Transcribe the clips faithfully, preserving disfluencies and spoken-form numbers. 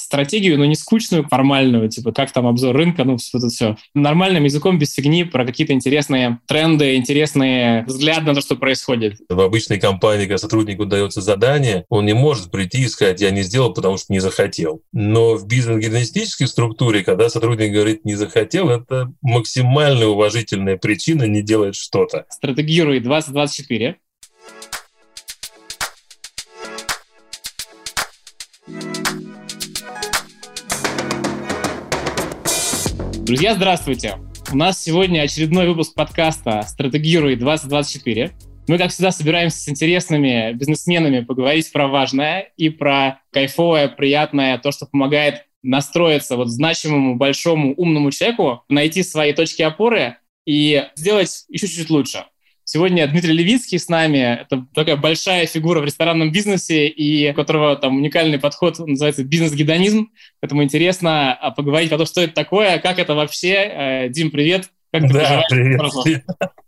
стратегию, но не скучную, формальную, типа как там обзор рынка, ну вот это все. Нормальным языком, без фигни, про какие-то интересные тренды, интересные взгляды на то, что происходит. В обычной компании, когда сотруднику дается задание, он не может прийти и сказать: я не сделал, потому что не захотел. Но в бизнес-гедонистической структуре, когда сотрудник говорит «не захотел», это максимально уважительная причина не делать что-то. Стратегируй двадцать двадцать четыре. Друзья, здравствуйте! У нас сегодня очередной выпуск подкаста «Стратегируй двадцать двадцать четыре». Мы, как всегда, собираемся с интересными бизнесменами поговорить про важное и про кайфовое, приятное, то, что помогает настроиться вот значимому, большому, умному человеку, найти свои точки опоры и сделать еще чуть-чуть лучше. Сегодня Дмитрий Левицкий с нами. Это такая большая фигура в ресторанном бизнесе, и у которого там уникальный подход, называется бизнес-гедонизм. Поэтому интересно поговорить о том, что это такое, как это вообще. Дим, привет. Как ты да, поживаешь? Привет.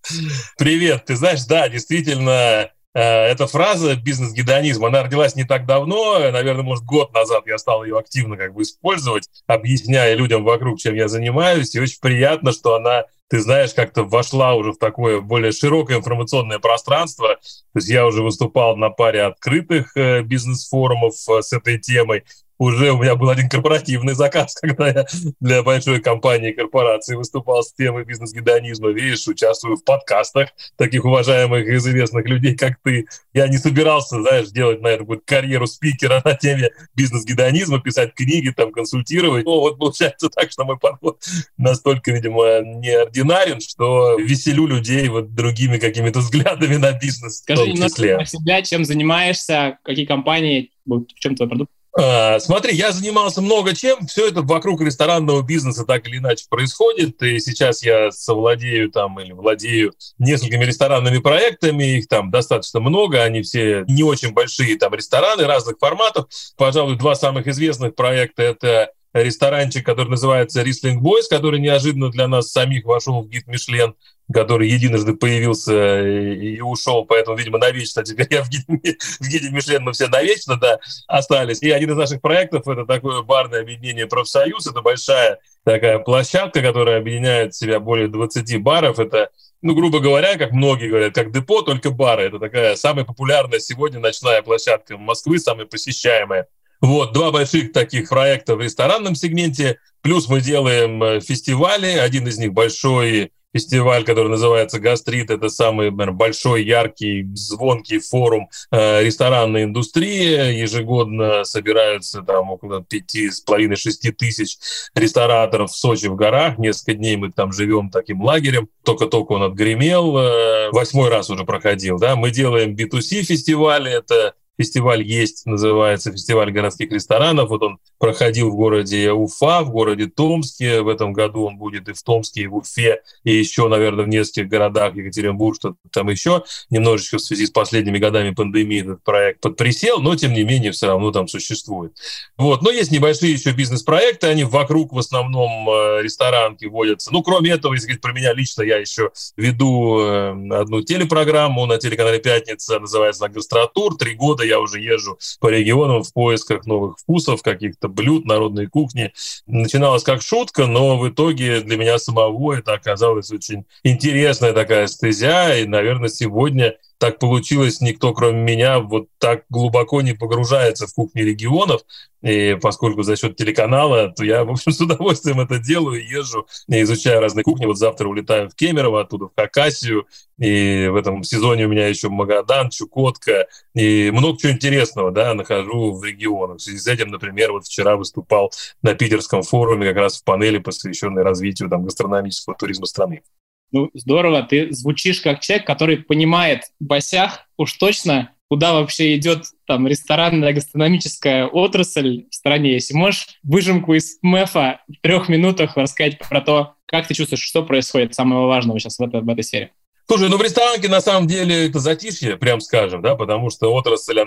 Привет. Ты знаешь, да, действительно, эта фраза «бизнес-гедонизм», она родилась не так давно, наверное, может, год назад я стал ее активно как бы использовать, объясняя людям вокруг, чем я занимаюсь, и очень приятно, что она, ты знаешь, как-то вошла уже в такое более широкое информационное пространство. То есть я уже выступал на паре открытых бизнес-форумов с этой темой. Уже у меня был один корпоративный заказ, когда я для большой компании, корпорации выступал с темой бизнес-гедонизма. Видишь, участвую в подкастах таких уважаемых и известных людей, как ты. Я не собирался, знаешь, делать, наверное, какую-то карьеру спикера на теме бизнес-гедонизма, писать книги, там, консультировать. Ну, вот получается так, что мой подход настолько, видимо, неординарен, что веселю людей вот другими какими-то взглядами на бизнес. Скажи немножко про себя, чем занимаешься, какие компании, в чем твой продукт? А, смотри, я занимался много чем, все это вокруг ресторанного бизнеса так или иначе происходит, и сейчас я совладею там или владею несколькими ресторанными проектами, их там достаточно много, они все не очень большие там рестораны разных форматов. Пожалуй, два самых известных проекта — это ресторанчик, который называется Riesling Boys, который неожиданно для нас самих вошел в гид Мишлен, который единожды появился и ушел, поэтому, видимо, навечно теперь я в гиде, в гиде Мишлен, мы все навечно, да, остались. И один из наших проектов — это такое барное объединение «Профсоюз». Это большая такая площадка, которая объединяет в себя более двадцати баров. Это, ну, грубо говоря, как многие говорят, как депо, только бары. Это такая самая популярная сегодня ночная площадка Москвы, самая посещаемая. Вот, два больших таких проекта в ресторанном сегменте. Плюс мы делаем фестивали. Один из них большой фестиваль, который называется «Гастрит». Это самый, наверное, большой, яркий, звонкий форум э, ресторанной индустрии. Ежегодно собираются там около пяти с половиной шести тысяч рестораторов в Сочи в горах. Несколько дней мы там живем таким лагерем. Только-только он отгремел. Э, восьмой раз уже проходил. Да? Мы делаем би ту си фестивали. Это фестиваль есть, называется фестиваль городских ресторанов. Вот он проходил в городе Уфа, в городе Томске. В этом году он будет и в Томске, и в Уфе, и еще, наверное, в нескольких городах, Екатеринбург, что-то там еще. Немножечко в связи с последними годами пандемии этот проект подприсел, но, тем не менее, все равно там существует. Вот. Но есть небольшие еще бизнес-проекты, они вокруг в основном ресторанки водятся. Ну, кроме этого, если говорить про меня лично, я еще веду одну телепрограмму на телеканале «Пятница», называется она «Гастротур». Три года я уже езжу по регионам в поисках новых вкусов, каких-то блюд, народной кухни. Начиналось как шутка, но в итоге для меня самого это оказалась очень интересная такая стезя. И, наверное, сегодня так получилось, никто, кроме меня, вот так глубоко не погружается в кухни регионов. И поскольку за счет телеканала, то я, в общем, с удовольствием это делаю, езжу, изучаю разные кухни. Вот завтра улетаю в Кемерово, оттуда в Хакасию. И в этом сезоне у меня еще Магадан, Чукотка. И много чего интересного, да, нахожу в регионах. В связи с этим, например, вот вчера выступал на питерском форуме как раз в панели, посвященной развитию там гастрономического туризма страны. Ну, здорово. Ты звучишь как человек, который понимает в басях уж точно, куда вообще идет там ресторанная гастрономическая отрасль в стране. Если можешь выжимку из МЭФа в трех минутах рассказать про то, как ты чувствуешь, что происходит самого важного сейчас в, это, в этой сфере. Слушай, ну в ресторанке на самом деле это затишье, прям скажем, да, потому что отрасль, она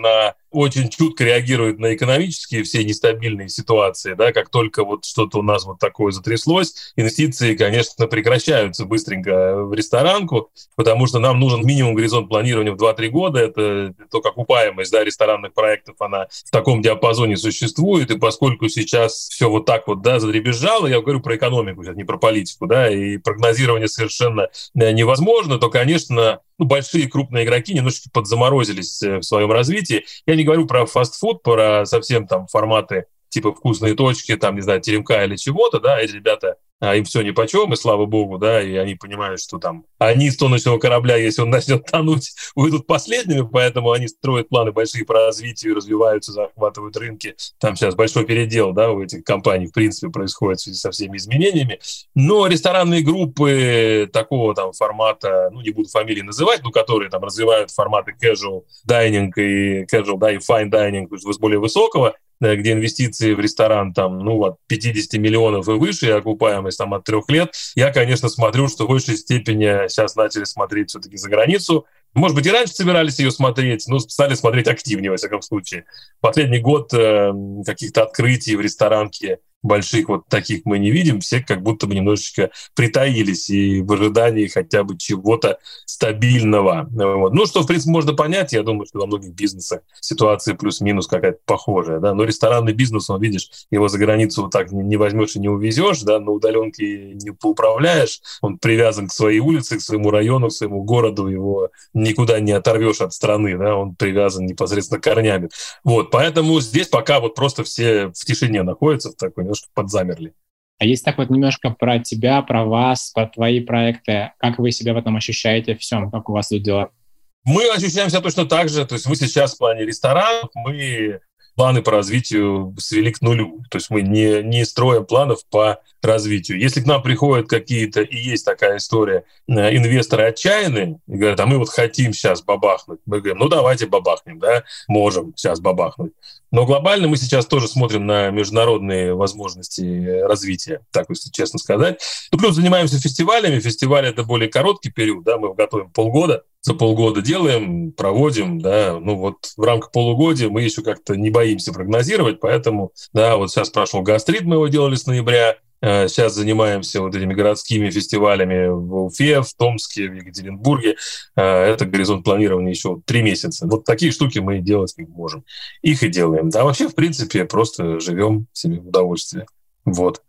очень чутко реагирует на экономические все нестабильные ситуации, да, как только вот что-то у нас вот такое затряслось, инвестиции, конечно, прекращаются быстренько в ресторанку, потому что нам нужен минимум горизонт планирования в два-три года, это только окупаемость, да, ресторанных проектов, она в таком диапазоне существует, и поскольку сейчас все вот так вот, да, задребезжало, я говорю про экономику сейчас, не про политику, да, и прогнозирование совершенно невозможно, то, конечно, ну, большие крупные игроки немножечко подзаморозились в своем развитии. Я не говорю про фастфуд, про совсем там форматы типа «Вкусные точки», там, не знаю, «Теремка» или чего-то, да, эти ребята, а им все нипочем, и слава богу, да, и они понимают, что там они с тонущего корабля, если он начнет тонуть, уйдут последними, поэтому они строят планы большие по развитию, развиваются, захватывают рынки. Там сейчас большой передел, да, у этих компаний, в принципе, происходит в связи со всеми изменениями. Но ресторанные группы такого там формата, ну, не буду фамилии называть, но которые там развивают форматы casual dining и casual, да, и fine dining, то есть более высокого, где инвестиции в ресторан там, ну, от пятьдесят миллионов и выше, и окупаемость там от трех лет, я, конечно, смотрю, что в большей степени сейчас начали смотреть все-таки за границу. Может быть, и раньше собирались ее смотреть, но стали смотреть активнее, во всяком случае. Последний год э, каких-то открытий в ресторанке больших вот таких мы не видим, все как будто бы немножечко притаились и в ожидании хотя бы чего-то стабильного. Вот. Ну, что, в принципе, можно понять, я думаю, что во многих бизнесах ситуация плюс-минус какая-то похожая, да, но ресторанный бизнес, он, видишь, его за границу вот так не, не возьмешь и не увезешь, да, на удаленке не поуправляешь, он привязан к своей улице, к своему району, к своему городу, его никуда не оторвешь от страны, да, он привязан непосредственно корнями. Вот, поэтому здесь пока вот просто все в тишине находятся, в такой немножко подзамерли. А если так вот немножко про тебя, про вас, про твои проекты, как вы себя в этом ощущаете, всем, как у вас тут дела? Мы ощущаем себя точно так же, то есть мы сейчас в плане ресторанов, мы планы по развитию свели к нулю, то есть мы не, не строим планов по развитию. Если к нам приходят какие-то, и есть такая история, инвесторы отчаянные, и говорят, а мы вот хотим сейчас бабахнуть, мы говорим, ну давайте бабахнем, да, можем сейчас бабахнуть. Но глобально мы сейчас тоже смотрим на международные возможности развития, так если честно сказать. Ну, плюс занимаемся фестивалями. Фестиваль — это более короткий период, да, мы готовим полгода, за полгода делаем, проводим, да, ну вот в рамках полугодия мы еще как-то не боимся прогнозировать, поэтому, да, вот сейчас прошел гастрит, мы его делали с ноября, сейчас занимаемся вот этими городскими фестивалями в Уфе, в Томске, в Екатеринбурге. Это горизонт планирования еще три месяца. Вот такие штуки мы делать не можем. Их и делаем. Да, вообще, в принципе, просто живем себе в удовольствие. Вот.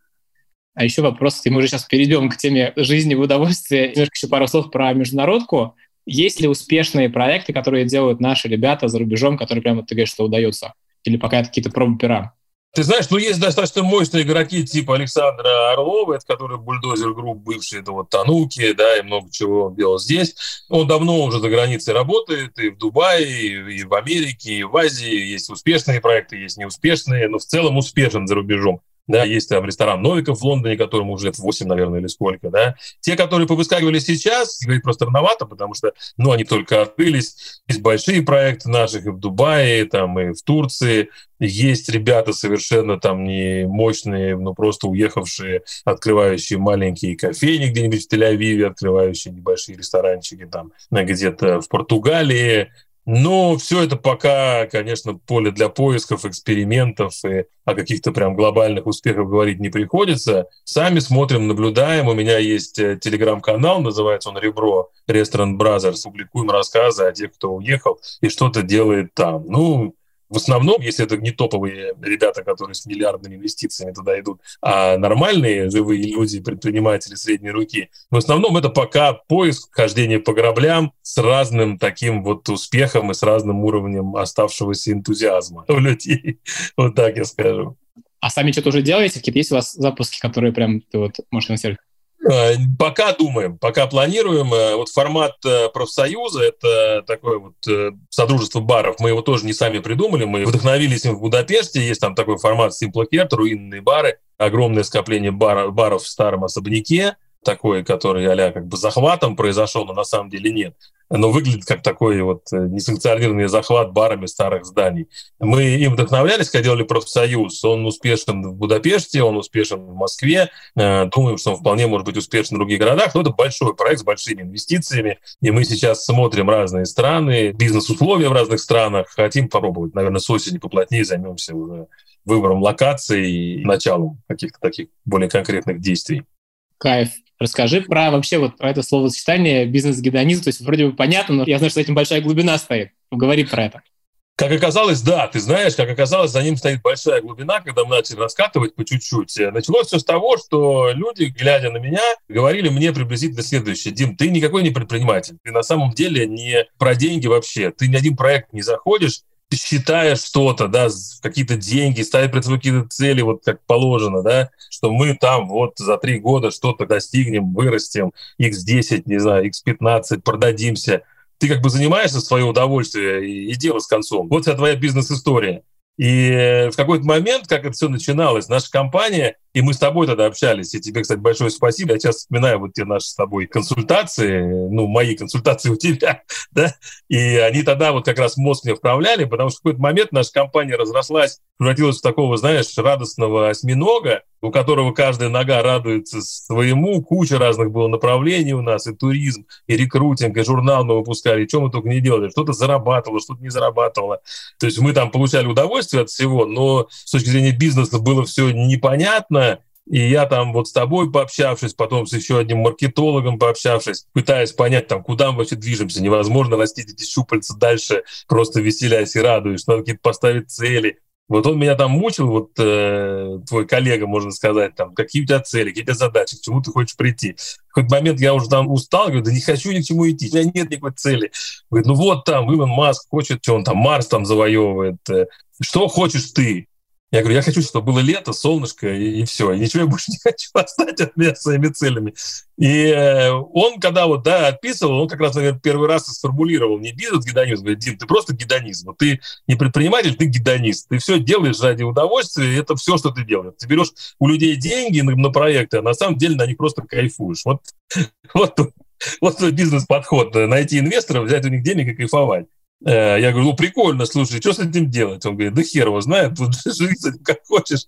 А еще вопрос, и мы уже сейчас перейдем к теме жизни в удовольствии. Немножко еще пару слов про международку. Есть ли успешные проекты, которые делают наши ребята за рубежом, которые прямо, ты говоришь, что удается? Или пока это какие-то пробы пера? Ты знаешь, ну есть достаточно мощные игроки типа Александра Орлова, это который бульдозер групп бывший, это вот Тануки, да, и много чего он делал здесь. Он давно уже за границей работает, и в Дубае, и в Америке, и в Азии. Есть успешные проекты, есть неуспешные, но в целом успешен за рубежом. Да, есть там ресторан Новиков в Лондоне, которому уже лет восемь, наверное, или сколько, да. Те, которые повыскакивали сейчас, говорить просто рановато, потому что, ну, они только открылись. Есть большие проекты наших и в Дубае, там, и в Турции. Есть ребята совершенно там не мощные, но просто уехавшие, открывающие маленькие кофейни где-нибудь в Тель-Авиве, открывающие небольшие ресторанчики там где-то в Португалии. Но все это пока, конечно, поле для поисков, экспериментов, и о каких-то прям глобальных успехах говорить не приходится. Сами смотрим, наблюдаем. У меня есть телеграм-канал, называется он «Ребро Restaurant Brothers». Публикуем рассказы о тех, кто уехал и что-то делает там. Ну, в основном, если это не топовые ребята, которые с миллиардными инвестициями туда идут, а нормальные живые люди, предприниматели средней руки, в основном это пока поиск, хождение по граблям с разным таким вот успехом и с разным уровнем оставшегося энтузиазма у людей. Вот так я скажу. А сами что-то уже делаете? Какие-то есть у вас запуски, которые прям ты вот можешь анонсировать? Пока думаем, пока планируем. Вот формат профсоюза, это такое вот содружество баров, мы его тоже не сами придумали, мы вдохновились им в Будапеште, есть там такой формат Simple Care, руинные бары, огромное скопление бар, баров в старом особняке, такой, который а-ля как бы захватом произошел, но на самом деле нет. но выглядит как такой вот несанкционированный захват барами старых зданий. Мы им вдохновлялись, когда делали профсоюз. Он успешен в Будапеште, он успешен в Москве. Думаем, что он вполне может быть успешен в других городах. Но это большой проект с большими инвестициями. И мы сейчас смотрим разные страны, бизнес-условия в разных странах. Хотим попробовать, наверное, с осени поплотнее займемся уже выбором локаций и началом каких-то таких более конкретных действий. Кайф. Расскажи про вообще вот про это словосочетание бизнес-гедонизм. То есть вроде бы понятно, но я знаю, что за этим большая глубина стоит. Говори про это. Как оказалось, да, ты знаешь, как оказалось, за ним стоит большая глубина, когда мы начали раскатывать по чуть-чуть. Началось все с того, что люди, глядя на меня, говорили мне приблизительно следующее: Дим, ты никакой не предприниматель, ты на самом деле не про деньги вообще, ты ни один проект не заходишь, ты считаешь что-то, да, какие-то деньги, ставишь перед собой какие-то цели, вот как положено, да, что мы там вот за три года что-то достигнем, вырастем, икс десять, не знаю, икс пятнадцать, продадимся. Ты как бы занимаешься в свое удовольствие и, и дело с концом. Вот вся твоя бизнес-история. И в какой-то момент, как это все начиналось, наша компания, и мы с тобой тогда общались, и тебе, кстати, большое спасибо, я часто вспоминаю вот те наши с тобой консультации, ну, мои консультации у тебя, да, и они тогда вот как раз мозг мне вправляли, потому что в какой-то момент наша компания разрослась, превратилась в такого, знаешь, радостного осьминога, у которого каждая нога радуется своему, куча разных было направлений у нас, и туризм, и рекрутинг, и журнал мы выпускали, и что мы только не делали, что-то зарабатывало, что-то не зарабатывало. То есть мы там получали удовольствие от всего, но с точки зрения бизнеса было все непонятно, и я там вот с тобой пообщавшись, потом с еще одним маркетологом пообщавшись, пытаясь понять, там, куда мы вообще движемся, невозможно растить эти щупальца дальше, просто веселясь и радуясь, надо какие-то поставить цели. Вот он меня там мучил, вот э, твой коллега, можно сказать, там, какие у тебя цели, какие у тебя задачи, к чему ты хочешь прийти. В какой-то момент я уже там устал, говорю, да не хочу ни к чему идти, у меня нет никакой цели. Говорит, ну вот там Илон Маск хочет, что он там, Марс там завоевывает, э, что хочешь ты? Я говорю, я хочу, чтобы было лето, солнышко, и, и все. И ничего я больше не хочу оставить от меня своими целями. И э, он, когда вот, да, отписывал, он как раз, наверное, первый раз сформулировал не бизнес-гедонизм. Говорит, Дим, ты просто гедонизм. Ты не предприниматель, ты гедонист. Ты все делаешь ради удовольствия, и это все, что ты делаешь. Ты берешь у людей деньги на, на проекты, а на самом деле на них просто кайфуешь. Вот, вот, вот твой бизнес-подход. Найти инвесторов, взять у них денег и кайфовать. Я говорю, ну прикольно, слушай, что с этим делать? Он говорит, да хер его знает, тут живи с этим как хочешь.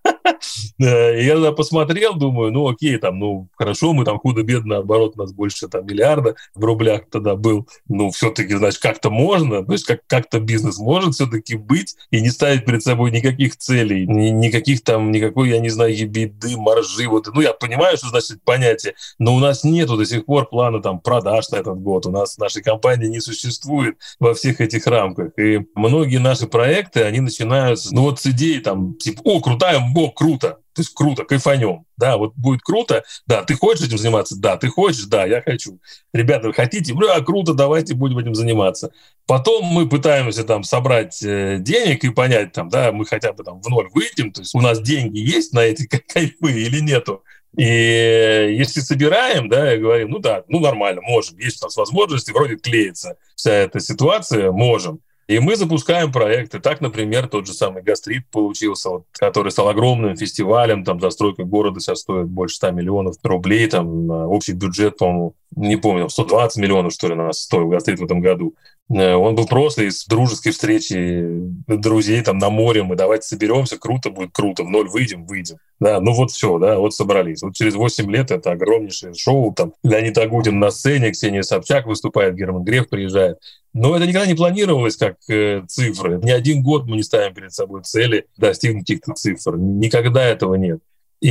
И я тогда посмотрел, думаю, ну окей, там, ну хорошо, мы там худо-бедно, оборот у нас больше там миллиарда в рублях тогда был. Ну все-таки, значит, как-то можно, то есть как- как-то бизнес может все-таки быть и не ставить перед собой никаких целей, ни- никаких там, никакой, я не знаю, ебеды, маржи. Вот. Ну я понимаю, что значит понятие, но у нас нету до сих пор плана там продаж на этот год, у нас нашей компании не существует во всех этих рамках. И многие наши проекты, они начинаются, ну вот с идеи там, типа, о, крутая, о, круто, то есть круто, кайфанем, да, вот будет круто, да, ты хочешь этим заниматься? Да, ты хочешь? Да, я хочу. Ребята, вы хотите? Бля, круто, давайте будем этим заниматься. Потом мы пытаемся там собрать э, денег и понять, там, да, мы хотя бы там в ноль выйдем, то есть у нас деньги есть на эти кайфы или нету. И если собираем, да, и говорим, ну да, ну нормально, можем, есть у нас возможности, вроде клеится вся эта ситуация, можем. И мы запускаем проекты. Так, например, тот же самый «Гастрит» получился, вот, который стал огромным фестивалем, там застройка города сейчас стоит больше ста миллионов рублей, там общий бюджет, по-моему, не помню, сто двадцать миллионов, что ли, у нас стоил «Гастрит» в этом году. Он был просто из дружеской встречи друзей там на море, мы давайте соберемся, круто будет, круто, в ноль выйдем, выйдем. Да, ну вот все, да, вот собрались. Вот через восемь лет это огромнейшее шоу, там Леонид Агутин на сцене, Ксения Собчак выступает, Герман Греф приезжает. Но это никогда не планировалось как э, цифры. Ни один год мы не ставим перед собой цели достигнуть каких-то цифр. Никогда этого нет.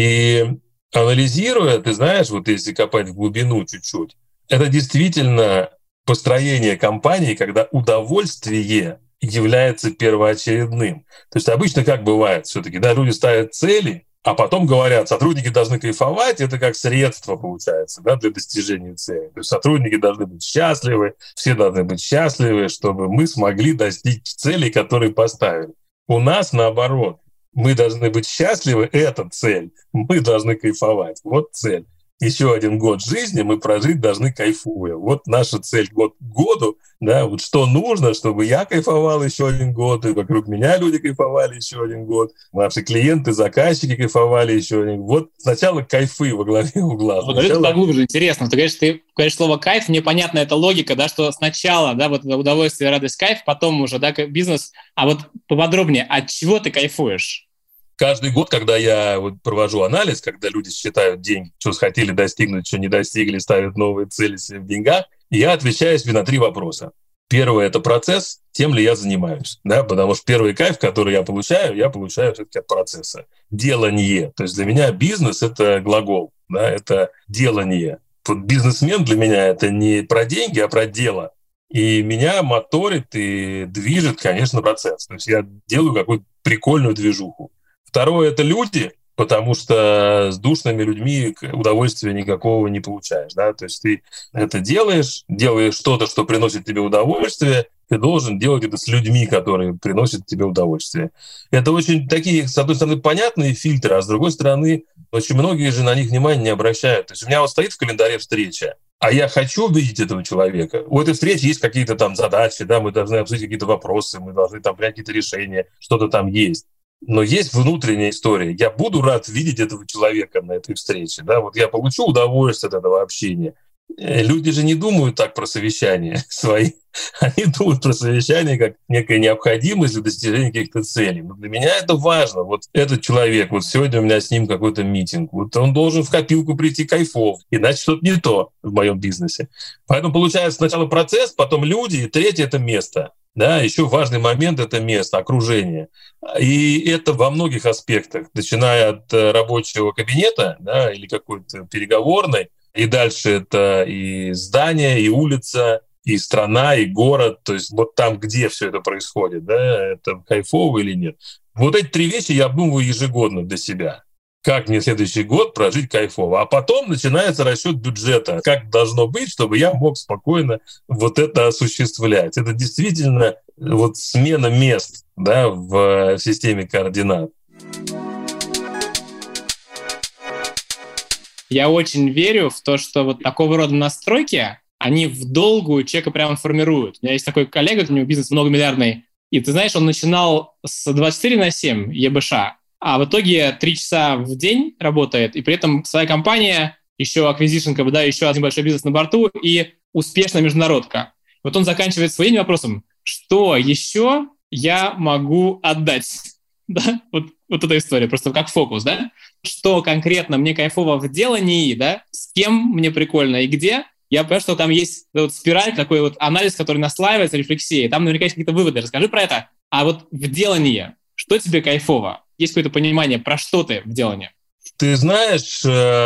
И анализируя, ты знаешь, вот если копать в глубину чуть-чуть, это действительно построение компании, когда удовольствие является первоочередным. То есть обычно как бывает все-таки, да, люди ставят цели, а потом говорят, сотрудники должны кайфовать, это как средство получается, да, для достижения цели. То есть сотрудники должны быть счастливы, все должны быть счастливы, чтобы мы смогли достичь целей, которые поставили. У нас наоборот. Мы должны быть счастливы, это цель. Мы должны кайфовать. Вот цель. еще один год жизни мы прожить должны кайфуя. Вот наша цель год к году, да, вот что нужно, чтобы я кайфовал еще один год, и вокруг меня люди кайфовали еще один год, наши клиенты, заказчики кайфовали еще один год. Вот сначала кайфы во главе угла. Вот это поглубже, интересно. Ты говоришь, ты говоришь слово «кайф», мне понятна эта логика, да, что сначала, да, вот удовольствие, радость, кайф, потом уже, да, бизнес. А вот поподробнее, от чего ты кайфуешь? Каждый год, когда я вот провожу анализ, когда люди считают деньги, что хотели достигнуть, что не достигли, ставят новые цели себе в деньгах, я отвечаю себе на три вопроса. Первое – это процесс, тем ли я занимаюсь, да, потому что первый кайф, который я получаю, я получаю все-таки от процесса. Делание. То есть для меня бизнес – это глагол, да, это делание. Вот бизнесмен для меня – это не про деньги, а про дело. И меня моторит и движет, конечно, процесс. То есть я делаю какую-то прикольную движуху. Второе – это люди, потому что с душными людьми удовольствия никакого не получаешь. Да? То есть ты это делаешь, делаешь что-то, что приносит тебе удовольствие, ты должен делать это с людьми, которые приносят тебе удовольствие. Это очень такие, с одной стороны, понятные фильтры, а с другой стороны, очень многие же на них внимания не обращают. То есть у меня вот стоит в календаре встреча, а я хочу увидеть этого человека. У этой встречи есть какие-то там задачи, да, мы должны обсудить какие-то вопросы, мы должны там принять какие-то решения, что-то там есть. Но есть внутренняя история. Я буду рад видеть этого человека на этой встрече. Да? Вот я получу удовольствие от этого общения. Люди же не думают так про совещания свои. Они думают про совещание как некая необходимость для достижения каких-то целей. Но для меня это важно. Вот этот человек, вот сегодня у меня с ним какой-то митинг. Вот он должен в копилку прийти кайфов. Иначе что-то не то в моем бизнесе. Поэтому получается сначала процесс, потом люди, и третье — это место. Да, еще важный момент — это место, окружение. И это во многих аспектах, начиная от рабочего кабинета, да, или какой-то переговорной, и дальше это и здание, и улица, и страна, и город. То есть вот там, где все это происходит, да, это кайфово или нет. Вот эти три вещи я обдумываю ежегодно для себя. Как мне следующий год прожить кайфово. А потом начинается расчет бюджета. Как должно быть, чтобы я мог спокойно вот это осуществлять. Это действительно вот смена мест, да, в системе координат. Я очень верю в то, что вот такого рода настройки, они в долгую человека прямо формируют. У меня есть такой коллега, у него бизнес многомиллиардный, и ты знаешь, он начинал с двадцать четыре на семь ЕБШ, а в итоге три часа в день работает, и при этом своя компания, еще acquisition, как бы, да, еще один большой бизнес на борту и успешная международка. Вот он заканчивает своим вопросом, что еще я могу отдать? Да? Вот, вот эта история, просто как фокус, да? Что конкретно мне кайфово в делании, да? С кем мне прикольно и где? Я понимаю, что там есть вот спираль, такой вот анализ, который наслаивается, рефлексия, и там наверняка есть какие-то выводы. Расскажи про это. А вот в делании, что тебе кайфово? Есть какое-то понимание, про что ты в делании? Ты знаешь,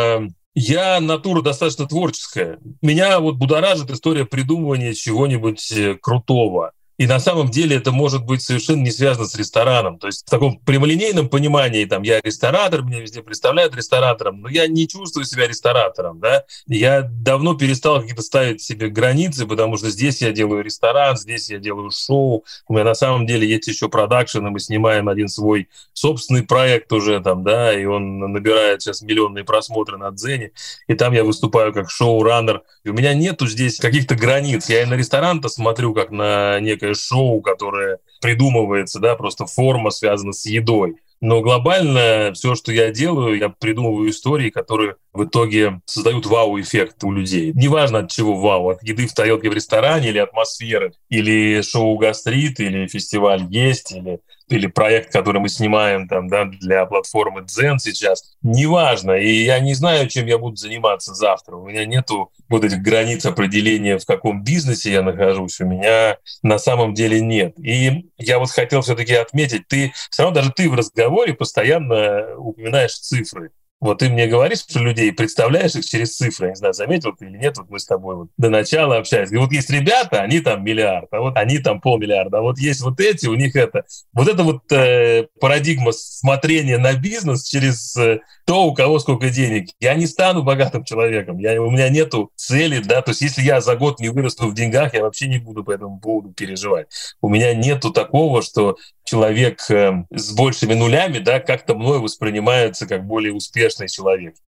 я натура достаточно творческая. Меня вот будоражит история придумывания чего-нибудь крутого. И на самом деле это может быть совершенно не связано с рестораном. То есть в таком прямолинейном понимании, там, я ресторатор, меня везде представляют ресторатором, но я не чувствую себя ресторатором. Да? Я давно перестал какие-то ставить себе границы, потому что здесь я делаю ресторан, здесь я делаю шоу. У меня на самом деле есть еще продакшн, и мы снимаем один свой собственный проект уже, там, да, и он набирает сейчас миллионные просмотры на Дзене, и там я выступаю как шоу-раннер. И у меня нету здесь каких-то границ. Я и на ресторан-то смотрю как на некое шоу, которое придумывается, да, просто форма связана с едой. Но глобально все, что я делаю, я придумываю истории, которые в итоге создают вау-эффект у людей. Неважно, от чего вау, от еды в тарелке в ресторане, или атмосферы, или шоу «Гастрит», или фестиваль «Есть», или, или проект, который мы снимаем там, да, для платформы Дзен сейчас. Неважно. И я не знаю, чем я буду заниматься завтра. У меня нету вот этих границ определения, в каком бизнесе я нахожусь. У меня на самом деле нет. И я вот хотел все-таки отметить, ты все равно даже ты в разговоре постоянно упоминаешь цифры. Вот ты мне говоришь про людей, представляешь их через цифры. Я не знаю, заметил ты или нет, вот мы с тобой вот до начала общались. И вот есть ребята, они там миллиард, а вот они там полмиллиарда, а вот есть вот эти, у них это. Вот это вот э, парадигма смотрения на бизнес через э, то, у кого сколько денег. Я не стану богатым человеком, я, у меня нету цели, да, то есть если я за год не вырасту в деньгах, я вообще не буду по этому поводу переживать. У меня нету такого, что человек э, с большими нулями, да, как-то мной воспринимается как более успешный человек.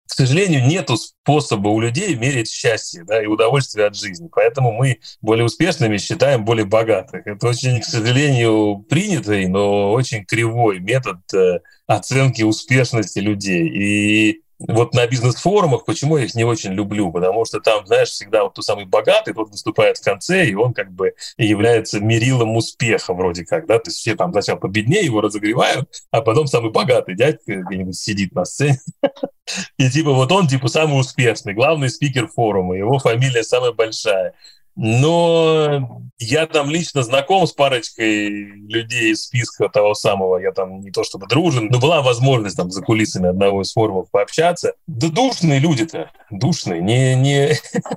к сожалению, нету способа у людей мерить счастье, да, и удовольствие от жизни. Поэтому мы более успешными считаем более богатых. Это очень, к сожалению, принятый, но очень кривой метод э, оценки успешности людей. И вот на бизнес-форумах, почему я их не очень люблю? Потому что там, знаешь, всегда вот тот самый богатый, тот выступает в конце, и он как бы является мерилом успеха вроде как, да, то есть все там сначала победнее его разогревают, а потом самый богатый дядька где-нибудь сидит на сцене, и типа вот он типа самый успешный, главный спикер форума, его фамилия самая большая. Но я там лично знаком с парочкой людей из списка того самого, я там не то чтобы дружен, но была возможность там за кулисами одного из форумов пообщаться. Да душные люди-то, душные, не, не,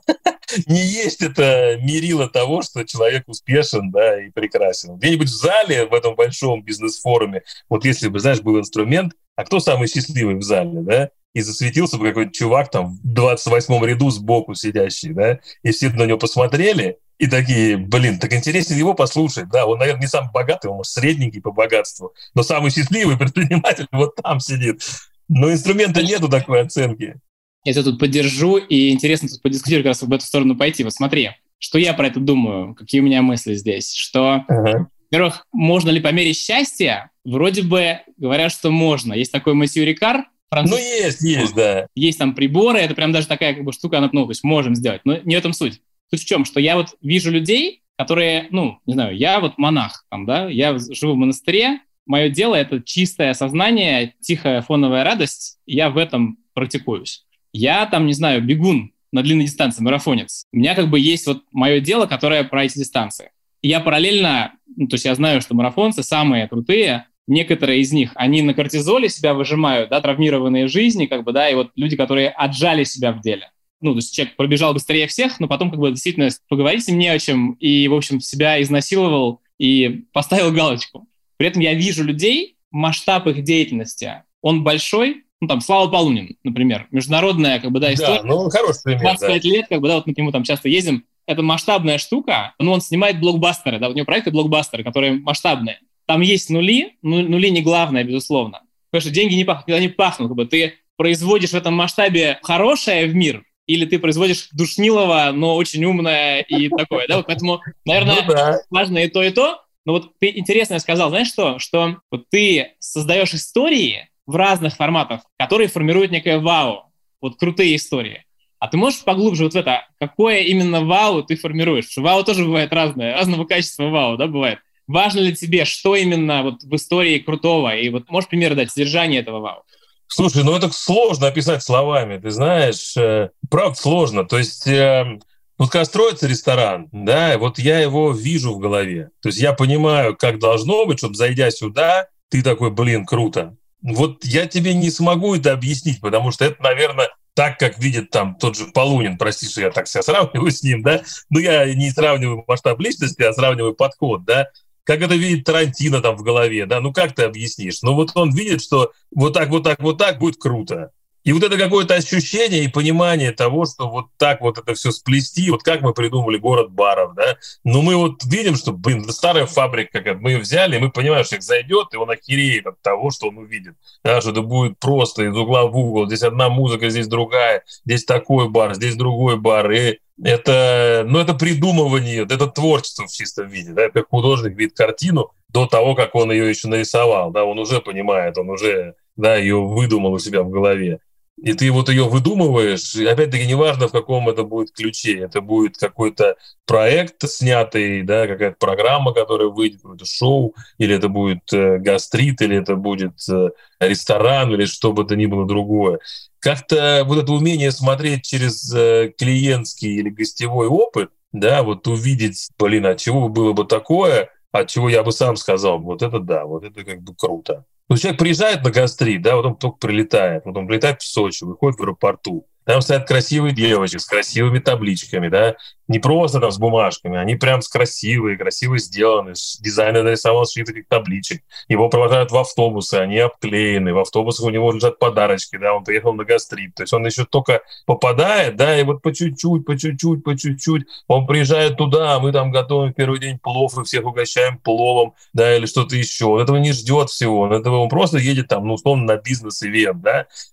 не есть это мерило того, что человек успешен, да, и прекрасен. Где-нибудь в зале, в этом большом бизнес-форуме, вот если бы, знаешь, был инструмент, а кто самый счастливый в зале, да? И засветился бы какой-то чувак там в двадцать восьмом ряду сбоку сидящий, да, и все на него посмотрели, и такие, блин, так интереснее его послушать, да, он, наверное, не самый богатый, он, может, средненький по богатству, но самый счастливый предприниматель вот там сидит. Но инструмента нету такой оценки. Я тебя тут поддержу, и интересно тут подискутировать, как раз в эту сторону пойти. Вот смотри, что я про это думаю, какие у меня мысли здесь, что... Ага. Во-первых, можно ли померить счастье? Вроде бы говорят, что можно. Есть такой Матью Рикар, француз. Ну, есть, есть, да. Есть там приборы, это прям даже такая как бы штука, она, ну, то есть можем сделать. Но не в этом суть. Суть в чем? Что я вот вижу людей, которые, ну, не знаю, я вот монах, там, да, я живу в монастыре, мое дело — это чистое сознание, тихая фоновая радость, я в этом практикуюсь. Я там, не знаю, бегун на длинной дистанции, марафонец. У меня как бы есть вот мое дело, которое про эти дистанции. И я параллельно, ну, то есть я знаю, что марафонцы самые крутые, некоторые из них, они на кортизоле себя выжимают, да, травмированные жизни, как бы, да, и вот люди, которые отжали себя в деле. Ну, то есть человек пробежал быстрее всех, но потом как бы действительно поговорить с ним не о чем, и, в общем, себя изнасиловал и поставил галочку. При этом я вижу людей, масштаб их деятельности, он большой, ну, там, Слава Полунин, например, международная, как бы, да, история. Да, ну, хороший пример, двадцать пять да. лет, как бы, да, вот мы к нему там часто ездим, это масштабная штука, но он снимает блокбастеры, да, у него проекты блокбастеры, которые масштабные. Там есть нули, ну, нули не главное, безусловно. Потому что деньги не пахнут, они пахнут. Как бы ты производишь в этом масштабе хорошее в мир, или ты производишь душнилово, но очень умное и такое, да? Вот поэтому, наверное, ну, да. важно и то, и то. Но вот ты интересно сказал, знаешь что? Что вот ты создаешь истории в разных форматах, которые формируют некое вау. Вот крутые истории. А ты можешь поглубже вот в это, какое именно вау ты формируешь? Потому что вау тоже бывает разное, разного качества вау, да, бывает. Важно ли тебе, что именно вот в истории крутого? И вот можешь пример дать содержание этого вау? Слушай, ну это сложно описать словами, ты знаешь, э, правда сложно. То есть, э, вот когда строится ресторан, да, вот я его вижу в голове. То есть я понимаю, как должно быть, чтобы, зайдя сюда, ты такой, блин, круто. Вот я тебе не смогу это объяснить, потому что это, наверное, так, как видит там тот же Полунин, прости, что я так себя сравниваю с ним, да, но я не сравниваю масштаб личности, а сравниваю подход, да. Как это видит Тарантино там в голове, да, ну как ты объяснишь? Ну вот он видит, что вот так, вот так, вот так будет круто. И вот это какое-то ощущение и понимание того, что вот так вот это все сплести, вот как мы придумали город баров, да, но мы вот видим, что, блин, старая фабрика, как мы ее взяли, и мы понимаем, что человек зайдет, и он охереет от того, что он увидит, да, что это будет просто из угла в угол, здесь одна музыка, здесь другая, здесь такой бар, здесь другой бар, и это, ну, это придумывание, это творчество в чистом виде, да, как художник видит картину до того, как он ее еще нарисовал, да, он уже понимает, он уже, да, ее выдумал у себя в голове. И ты вот ее выдумываешь, и опять-таки неважно, в каком это будет ключе, это будет какой-то проект снятый, да, какая-то программа, которая выйдет, какое-то шоу, или это будет э, гастрит, или это будет э, ресторан, или что бы то ни было другое. Как-то вот это умение смотреть через э, клиентский или гостевой опыт, да, вот увидеть, блин, от чего было бы такое, от чего я бы сам сказал, вот это да, вот это как бы круто. Ну, человек приезжает на гастрит, да, вот он только прилетает, вот он прилетает в Сочи, выходит в аэропорту, там стоят красивые девочки с красивыми табличками, да, не просто там с бумажками, они прям с красивые, красиво сделаны, дизайнер нарисовал шрифт этих табличек, его провожают в автобусы, они обклеены, в автобусах у него лежат подарочки, да, он приехал на гастрит, то есть он еще только попадает, да, и вот по чуть-чуть, по чуть-чуть, по чуть-чуть, он приезжает туда, мы там готовим в первый день плов и всех угощаем пловом, да, или что-то еще, он этого не ждет всего, он этого он просто едет там, ну, условно, на бизнес-ивент, да,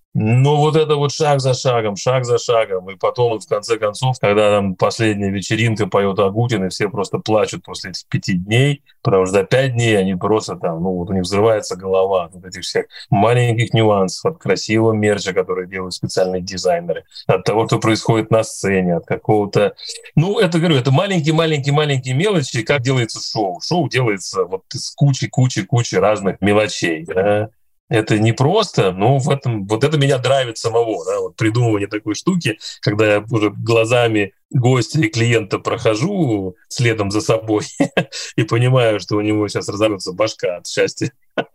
Ну, вот это вот шаг за шагом, шаг за шагом. И потом, в конце концов, когда там последняя вечеринка поет Агутин, и все просто плачут после этих пяти дней, потому что за пять дней они просто там, ну, вот у них взрывается голова от этих всех маленьких нюансов, от красивого мерча, который делают специальные дизайнеры, от того, что происходит на сцене, от какого-то... Ну, это, говорю, это маленькие-маленькие-маленькие мелочи, как делается шоу. Шоу делается вот из кучи-кучи-кучи разных мелочей, да? Это не просто, но в этом, вот это меня драйвит самого, да, вот придумывание такой штуки, когда я уже глазами гостя и клиента прохожу следом за собой и понимаю, что у него сейчас разорвется башка от счастья.